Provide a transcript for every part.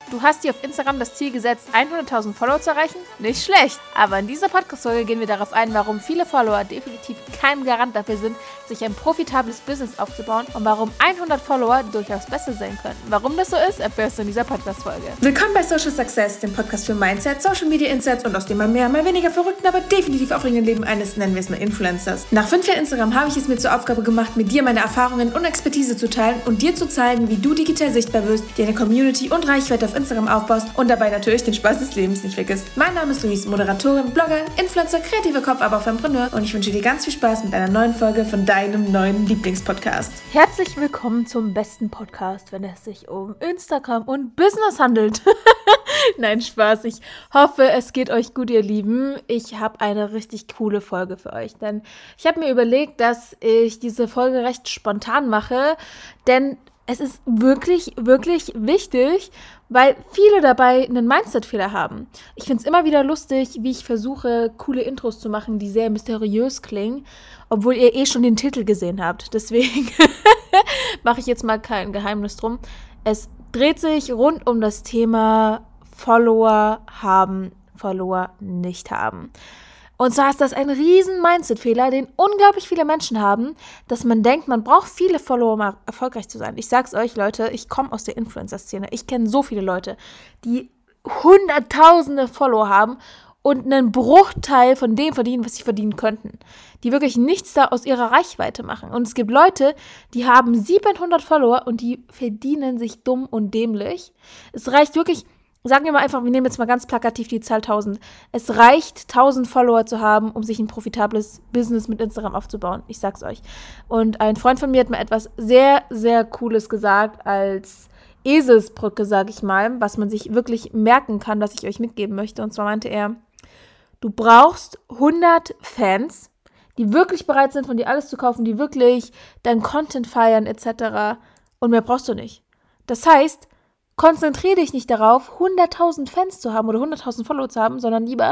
Du hast dir auf Instagram das Ziel gesetzt, 100.000 Follower zu erreichen? Nicht schlecht! Aber in dieser Podcast-Folge gehen wir darauf ein, warum viele Follower definitiv kein Garant dafür sind, sich ein profitables Business aufzubauen und warum 100 Follower durchaus besser sein können. Warum das so ist, erfährst du in dieser Podcast-Folge. Willkommen bei Social Success, dem Podcast für Mindset, Social Media Insights und aus dem mal mehr, mal weniger verrückten, aber definitiv aufregenden Leben eines, nennen wir es mal, Influencers. Nach 5 Jahren Instagram habe ich es mir zur Aufgabe gemacht, mit dir meine Erfahrungen und Expertise zu teilen und dir zu zeigen, wie du digital sichtbar wirst, dir eine Community und Reichweite auf Instagram aufbaust und dabei natürlich den Spaß des Lebens nicht vergisst. Mein Name ist Luis, Moderatorin, Blogger, Influencer, kreativer Kopf, aber auch Entrepreneur und ich wünsche dir ganz viel Spaß mit einer neuen Folge von deinem neuen Lieblingspodcast. Herzlich willkommen zum besten Podcast, wenn es sich um Instagram und Business handelt. Nein, Spaß. Ich hoffe, es geht euch gut, ihr Lieben. Ich habe eine richtig coole Folge für euch, denn ich habe mir überlegt, dass ich diese Folge recht spontan mache, denn es ist wirklich, wirklich wichtig, weil viele dabei einen Mindset-Fehler haben. Ich finde es immer wieder lustig, wie ich versuche, coole Intros zu machen, die sehr mysteriös klingen, obwohl ihr schon den Titel gesehen habt. Deswegen mache ich jetzt mal kein Geheimnis drum. Es dreht sich rund um das Thema Follower haben, Follower nicht haben. Und zwar ist das ein riesen Mindset-Fehler, den unglaublich viele Menschen haben, dass man denkt, man braucht viele Follower, um erfolgreich zu sein. Ich sag's euch, Leute, ich komme aus der Influencer-Szene. Ich kenne so viele Leute, die hunderttausende Follower haben und einen Bruchteil von dem verdienen, was sie verdienen könnten. Die wirklich nichts da aus ihrer Reichweite machen. Und es gibt Leute, die haben 700 Follower und die verdienen sich dumm und dämlich. Es reicht wirklich... Sagen wir mal einfach, wir nehmen jetzt mal ganz plakativ die Zahl 1000. Es reicht, 1000 Follower zu haben, um sich ein profitables Business mit Instagram aufzubauen. Ich sag's euch. Und ein Freund von mir hat mir etwas sehr, sehr Cooles gesagt als Eselsbrücke, sag ich mal, was man sich wirklich merken kann, was ich euch mitgeben möchte. Und zwar meinte er, du brauchst 100 Fans, die wirklich bereit sind, von dir alles zu kaufen, die wirklich deinen Content feiern etc. Und mehr brauchst du nicht. Das heißt, konzentriere dich nicht darauf, 100.000 Fans zu haben oder 100.000 Follower zu haben, sondern lieber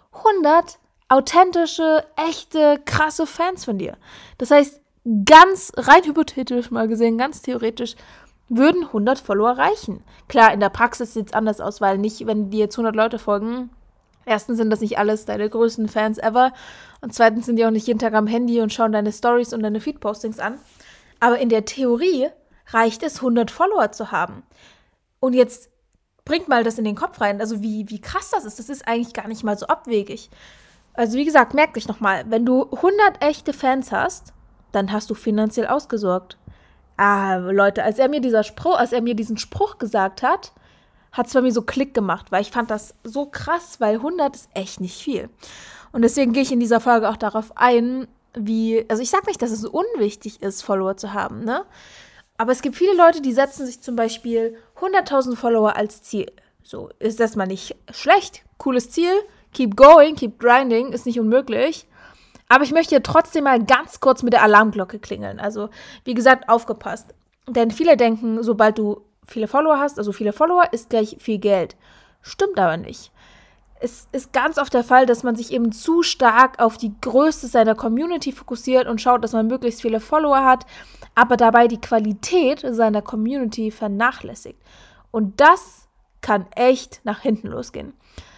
100 authentische, echte, krasse Fans von dir. Das heißt, ganz rein hypothetisch mal gesehen, ganz theoretisch, würden 100 Follower reichen. Klar, in der Praxis sieht es anders aus, weil nicht, wenn dir jetzt 100 Leute folgen, erstens sind das nicht alles deine größten Fans ever und zweitens sind die auch nicht jeden Tag am Handy und schauen deine Stories und deine Feed-Postings an. Aber in der Theorie reicht es, 100 Follower zu haben. Und jetzt bringt mal das in den Kopf rein, also wie krass das ist eigentlich gar nicht mal so abwegig. Also wie gesagt, merk dich nochmal, wenn du 100 echte Fans hast, dann hast du finanziell ausgesorgt. Leute, als er mir diesen Spruch gesagt hat, hat es bei mir so Klick gemacht, weil ich fand das so krass, weil 100 ist echt nicht viel. Und deswegen gehe ich in dieser Folge auch darauf ein, also ich sag nicht, dass es unwichtig ist, Follower zu haben, ne? Aber es gibt viele Leute, die setzen sich zum Beispiel 100.000 Follower als Ziel. So, ist das mal nicht schlecht. Cooles Ziel. Keep going, keep grinding, ist nicht unmöglich. Aber ich möchte trotzdem mal ganz kurz mit der Alarmglocke klingeln. Also, wie gesagt, aufgepasst. Denn viele denken, sobald du viele Follower hast, also viele Follower, ist gleich viel Geld. Stimmt aber nicht. Es ist ganz oft der Fall, dass man sich eben zu stark auf die Größe seiner Community fokussiert und schaut, dass man möglichst viele Follower hat, aber dabei die Qualität seiner Community vernachlässigt. Und das kann echt nach hinten losgehen.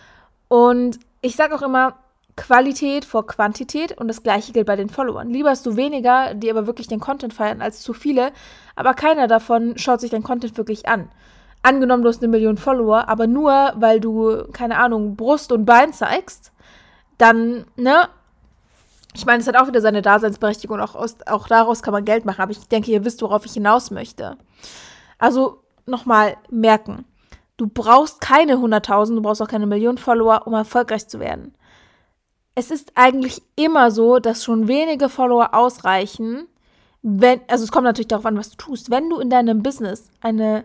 Und ich sage auch immer, Qualität vor Quantität und das Gleiche gilt bei den Followern. Lieber hast du weniger, die aber wirklich den Content feiern, als zu viele, aber keiner davon schaut sich dein Content wirklich an. Angenommen, du hast 1 Million Follower, aber nur, weil du, keine Ahnung, Brust und Bein zeigst, dann, ne, ich meine, es hat auch wieder seine Daseinsberechtigung, auch daraus kann man Geld machen, aber ich denke, ihr wisst, worauf ich hinaus möchte. Also, nochmal merken, du brauchst keine 100.000, du brauchst auch keine Million Follower, um erfolgreich zu werden. Es ist eigentlich immer so, dass schon wenige Follower ausreichen, also es kommt natürlich darauf an, was du tust, wenn du in deinem Business einen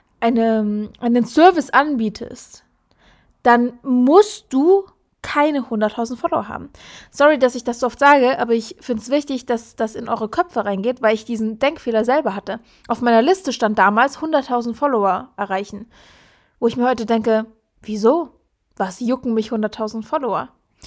Service anbietest, dann musst du keine 100.000 Follower haben. Sorry, dass ich das so oft sage, aber ich finde es wichtig, dass das in eure Köpfe reingeht, weil ich diesen Denkfehler selber hatte. Auf meiner Liste stand damals 100.000 Follower erreichen, wo ich mir heute denke, wieso? Was jucken mich 100.000 Follower?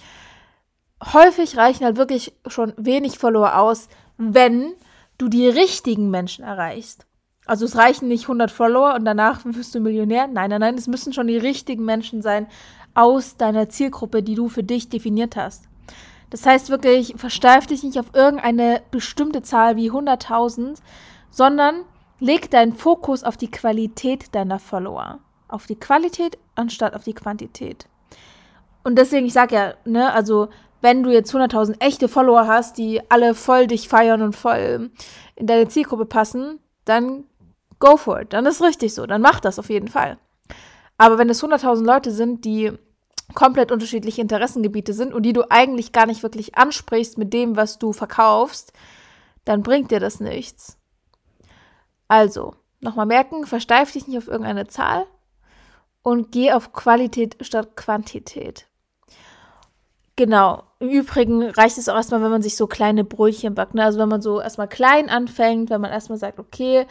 Häufig reichen halt wirklich schon wenig Follower aus, wenn du die richtigen Menschen erreichst. Also es reichen nicht 100 Follower und danach wirst du Millionär. Nein, es müssen schon die richtigen Menschen sein aus deiner Zielgruppe, die du für dich definiert hast. Das heißt wirklich, versteif dich nicht auf irgendeine bestimmte Zahl wie 100.000, sondern leg deinen Fokus auf die Qualität deiner Follower. Auf die Qualität anstatt auf die Quantität. Und deswegen, ich sage ja, ne, also wenn du jetzt 100.000 echte Follower hast, die alle voll dich feiern und voll in deine Zielgruppe passen, dann go for it. Dann ist richtig so. Dann mach das auf jeden Fall. Aber wenn es 100.000 Leute sind, die komplett unterschiedliche Interessengebiete sind und die du eigentlich gar nicht wirklich ansprichst mit dem, was du verkaufst, dann bringt dir das nichts. Also, nochmal merken, versteif dich nicht auf irgendeine Zahl und geh auf Qualität statt Quantität. Genau, im Übrigen reicht es auch erstmal, wenn man sich so kleine Brötchen backt, ne? Also wenn man so erstmal klein anfängt, wenn man erstmal sagt, okay,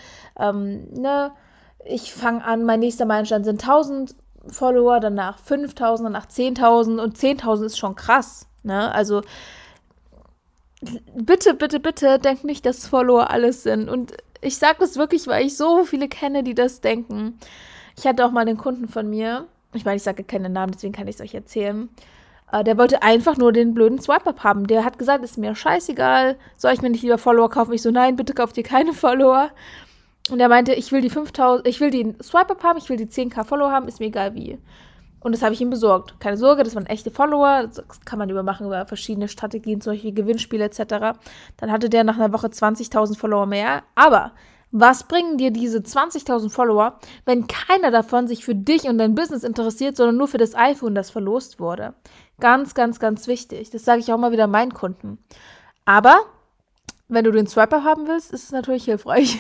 ich fange an, mein nächster Meilenstein sind 1.000 Follower, danach 5.000, danach 10.000 und 10.000 ist schon krass, ne? Also bitte, bitte, bitte denk nicht, dass Follower alles sind. Und ich sage das wirklich, weil ich so viele kenne, die das denken. Ich hatte auch mal einen Kunden von mir, ich meine, ich sage keine Namen, deswegen kann ich es euch erzählen. Der wollte einfach nur den blöden Swipe-Up haben. Der hat gesagt, ist mir scheißegal, soll ich mir nicht lieber Follower kaufen? Ich so, nein, bitte kauf dir keine Follower. Und er meinte, ich will die 5.000, ich will den Swipe-Up haben, ich will die 10.000 Follower haben, ist mir egal wie. Und das habe ich ihm besorgt. Keine Sorge, das waren echte Follower. Das kann man übermachen über verschiedene Strategien, zum Beispiel Gewinnspiele etc. Dann hatte der nach einer Woche 20.000 Follower mehr. Aber was bringen dir diese 20.000 Follower, wenn keiner davon sich für dich und dein Business interessiert, sondern nur für das iPhone, das verlost wurde? Ganz, ganz, ganz wichtig. Das sage ich auch mal wieder meinen Kunden. Aber wenn du den Swiper haben willst, ist es natürlich hilfreich.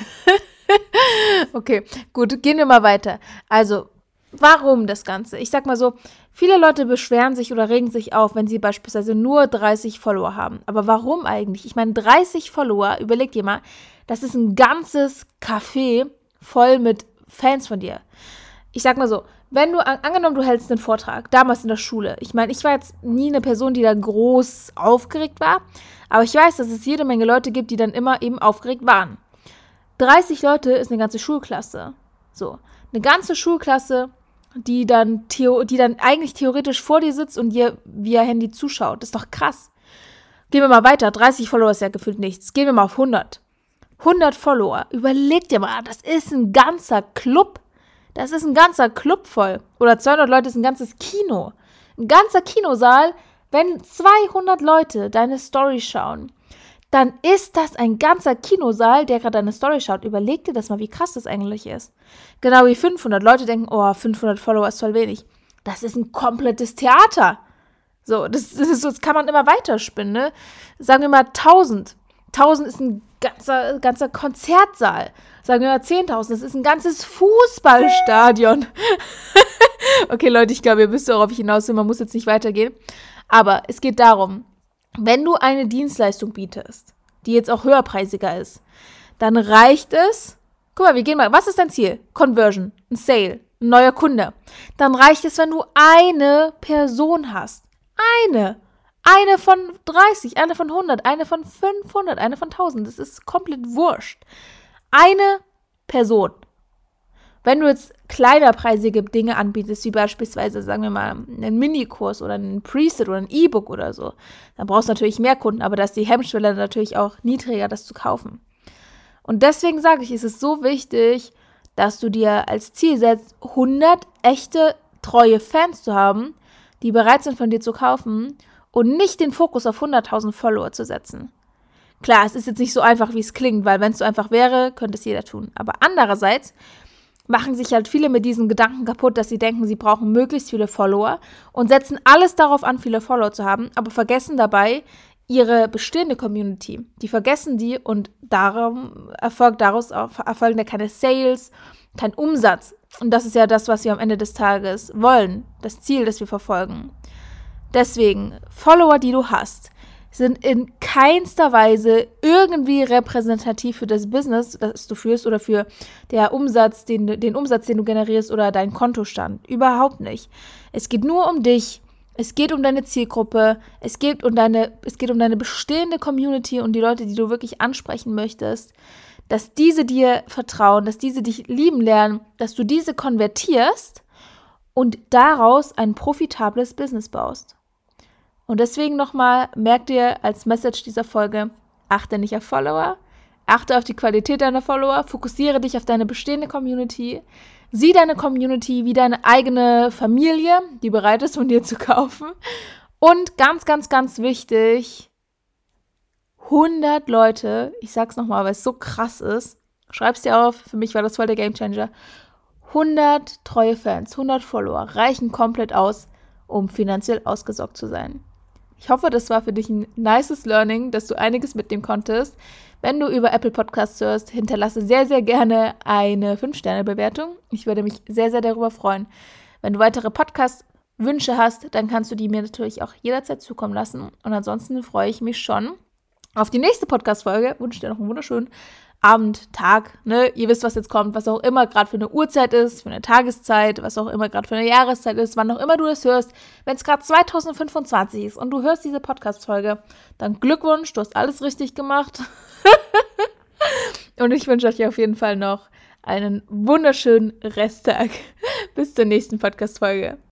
Okay, gut, gehen wir mal weiter. Also, warum das Ganze? Ich sag mal so, viele Leute beschweren sich oder regen sich auf, wenn sie beispielsweise nur 30 Follower haben. Aber warum eigentlich? Ich meine, 30 Follower, überleg dir mal, das ist ein ganzes Café voll mit Fans von dir. Ich sag mal so, wenn du, angenommen, du hältst einen Vortrag, damals in der Schule. Ich meine, ich war jetzt nie eine Person, die da groß aufgeregt war, aber ich weiß, dass es jede Menge Leute gibt, die dann immer eben aufgeregt waren. 30 Leute ist eine ganze Schulklasse. So, eine ganze Schulklasse, die dann eigentlich theoretisch vor dir sitzt und dir via Handy zuschaut. Das ist doch krass. Gehen wir mal weiter. 30 Follower ist ja gefühlt nichts. Gehen wir mal auf 100. 100 Follower. Überleg dir mal, das ist ein ganzer Club. Das ist ein ganzer Club voll. Oder 200 Leute ist ein ganzes Kino. Ein ganzer Kinosaal. Wenn 200 Leute deine Story schauen, dann ist das ein ganzer Kinosaal, der gerade deine Story schaut. Überleg dir das mal, wie krass das eigentlich ist. Genau wie 500 Leute denken, oh, 500 Follower ist voll wenig. Das ist ein komplettes Theater. So, das kann man immer weiterspinnen, ne? Sagen wir mal 1.000. 1.000 ist ein ganzer Konzertsaal. Sagen wir mal 10.000, das ist ein ganzes Fußballstadion. Okay, Leute, ich glaube, ihr wisst, worauf ich hinaus will. Man muss jetzt nicht weitergehen. Aber es geht darum, wenn du eine Dienstleistung bietest, die jetzt auch höherpreisiger ist, dann reicht es, guck mal, wir gehen mal, was ist dein Ziel? Conversion, ein Sale, ein neuer Kunde. Dann reicht es, wenn du eine Person hast. Eine von 30, eine von 100, eine von 500, eine von 1.000. Das ist komplett wurscht. Eine Person. Wenn du jetzt kleinerpreisige Dinge anbietest, wie beispielsweise, sagen wir mal, einen Minikurs oder einen Preset oder ein E-Book oder so, dann brauchst du natürlich mehr Kunden, aber da ist die Hemmschwelle natürlich auch niedriger, das zu kaufen. Und deswegen sage ich, ist es so wichtig, dass du dir als Ziel setzt, 100 echte, treue Fans zu haben, die bereit sind, von dir zu kaufen und nicht den Fokus auf 100.000 Follower zu setzen. Klar, es ist jetzt nicht so einfach, wie es klingt, weil wenn es so einfach wäre, könnte es jeder tun. Aber andererseits machen sich halt viele mit diesen Gedanken kaputt, dass sie denken, sie brauchen möglichst viele Follower und setzen alles darauf an, viele Follower zu haben, aber vergessen dabei ihre bestehende Community. Die vergessen die und darum erfolgen da keine Sales, kein Umsatz. Und das ist ja das, was wir am Ende des Tages wollen, das Ziel, das wir verfolgen. Deswegen, Follower, die du hast, sind in keinster Weise irgendwie repräsentativ für das Business, das du führst oder für den Umsatz, den du generierst oder deinen Kontostand. Überhaupt nicht. Es geht nur um dich. Es geht um deine Zielgruppe. Es geht um deine bestehende Community und die Leute, die du wirklich ansprechen möchtest. dass diese dir vertrauen, dass diese dich lieben lernen, dass du diese konvertierst und daraus ein profitables Business baust. Und deswegen nochmal, merk dir als Message dieser Folge, achte nicht auf Follower, achte auf die Qualität deiner Follower, fokussiere dich auf deine bestehende Community, sieh deine Community wie deine eigene Familie, die bereit ist, von dir zu kaufen. Und ganz, ganz, ganz wichtig, 100 Leute, ich sag's nochmal, weil es so krass ist, schreib's dir auf, für mich war das voll der Gamechanger, 100 treue Fans, 100 Follower reichen komplett aus, um finanziell ausgesorgt zu sein. Ich hoffe, das war für dich ein nices Learning, dass du einiges mitnehmen konntest. Wenn du über Apple Podcasts hörst, hinterlasse sehr, sehr gerne eine 5-Sterne-Bewertung. Ich würde mich sehr, sehr darüber freuen. Wenn du weitere Podcast-Wünsche hast, dann kannst du die mir natürlich auch jederzeit zukommen lassen. Und ansonsten freue ich mich schon auf die nächste Podcast-Folge. Wünsche dir noch einen wunderschönen Abend, Tag, ne? Ihr wisst, was jetzt kommt, was auch immer gerade für eine Uhrzeit ist, für eine Tageszeit, was auch immer gerade für eine Jahreszeit ist, wann auch immer du es hörst. Wenn es gerade 2025 ist und du hörst diese Podcast-Folge, dann Glückwunsch, du hast alles richtig gemacht. Und ich wünsche euch auf jeden Fall noch einen wunderschönen Resttag. Bis zur nächsten Podcast-Folge.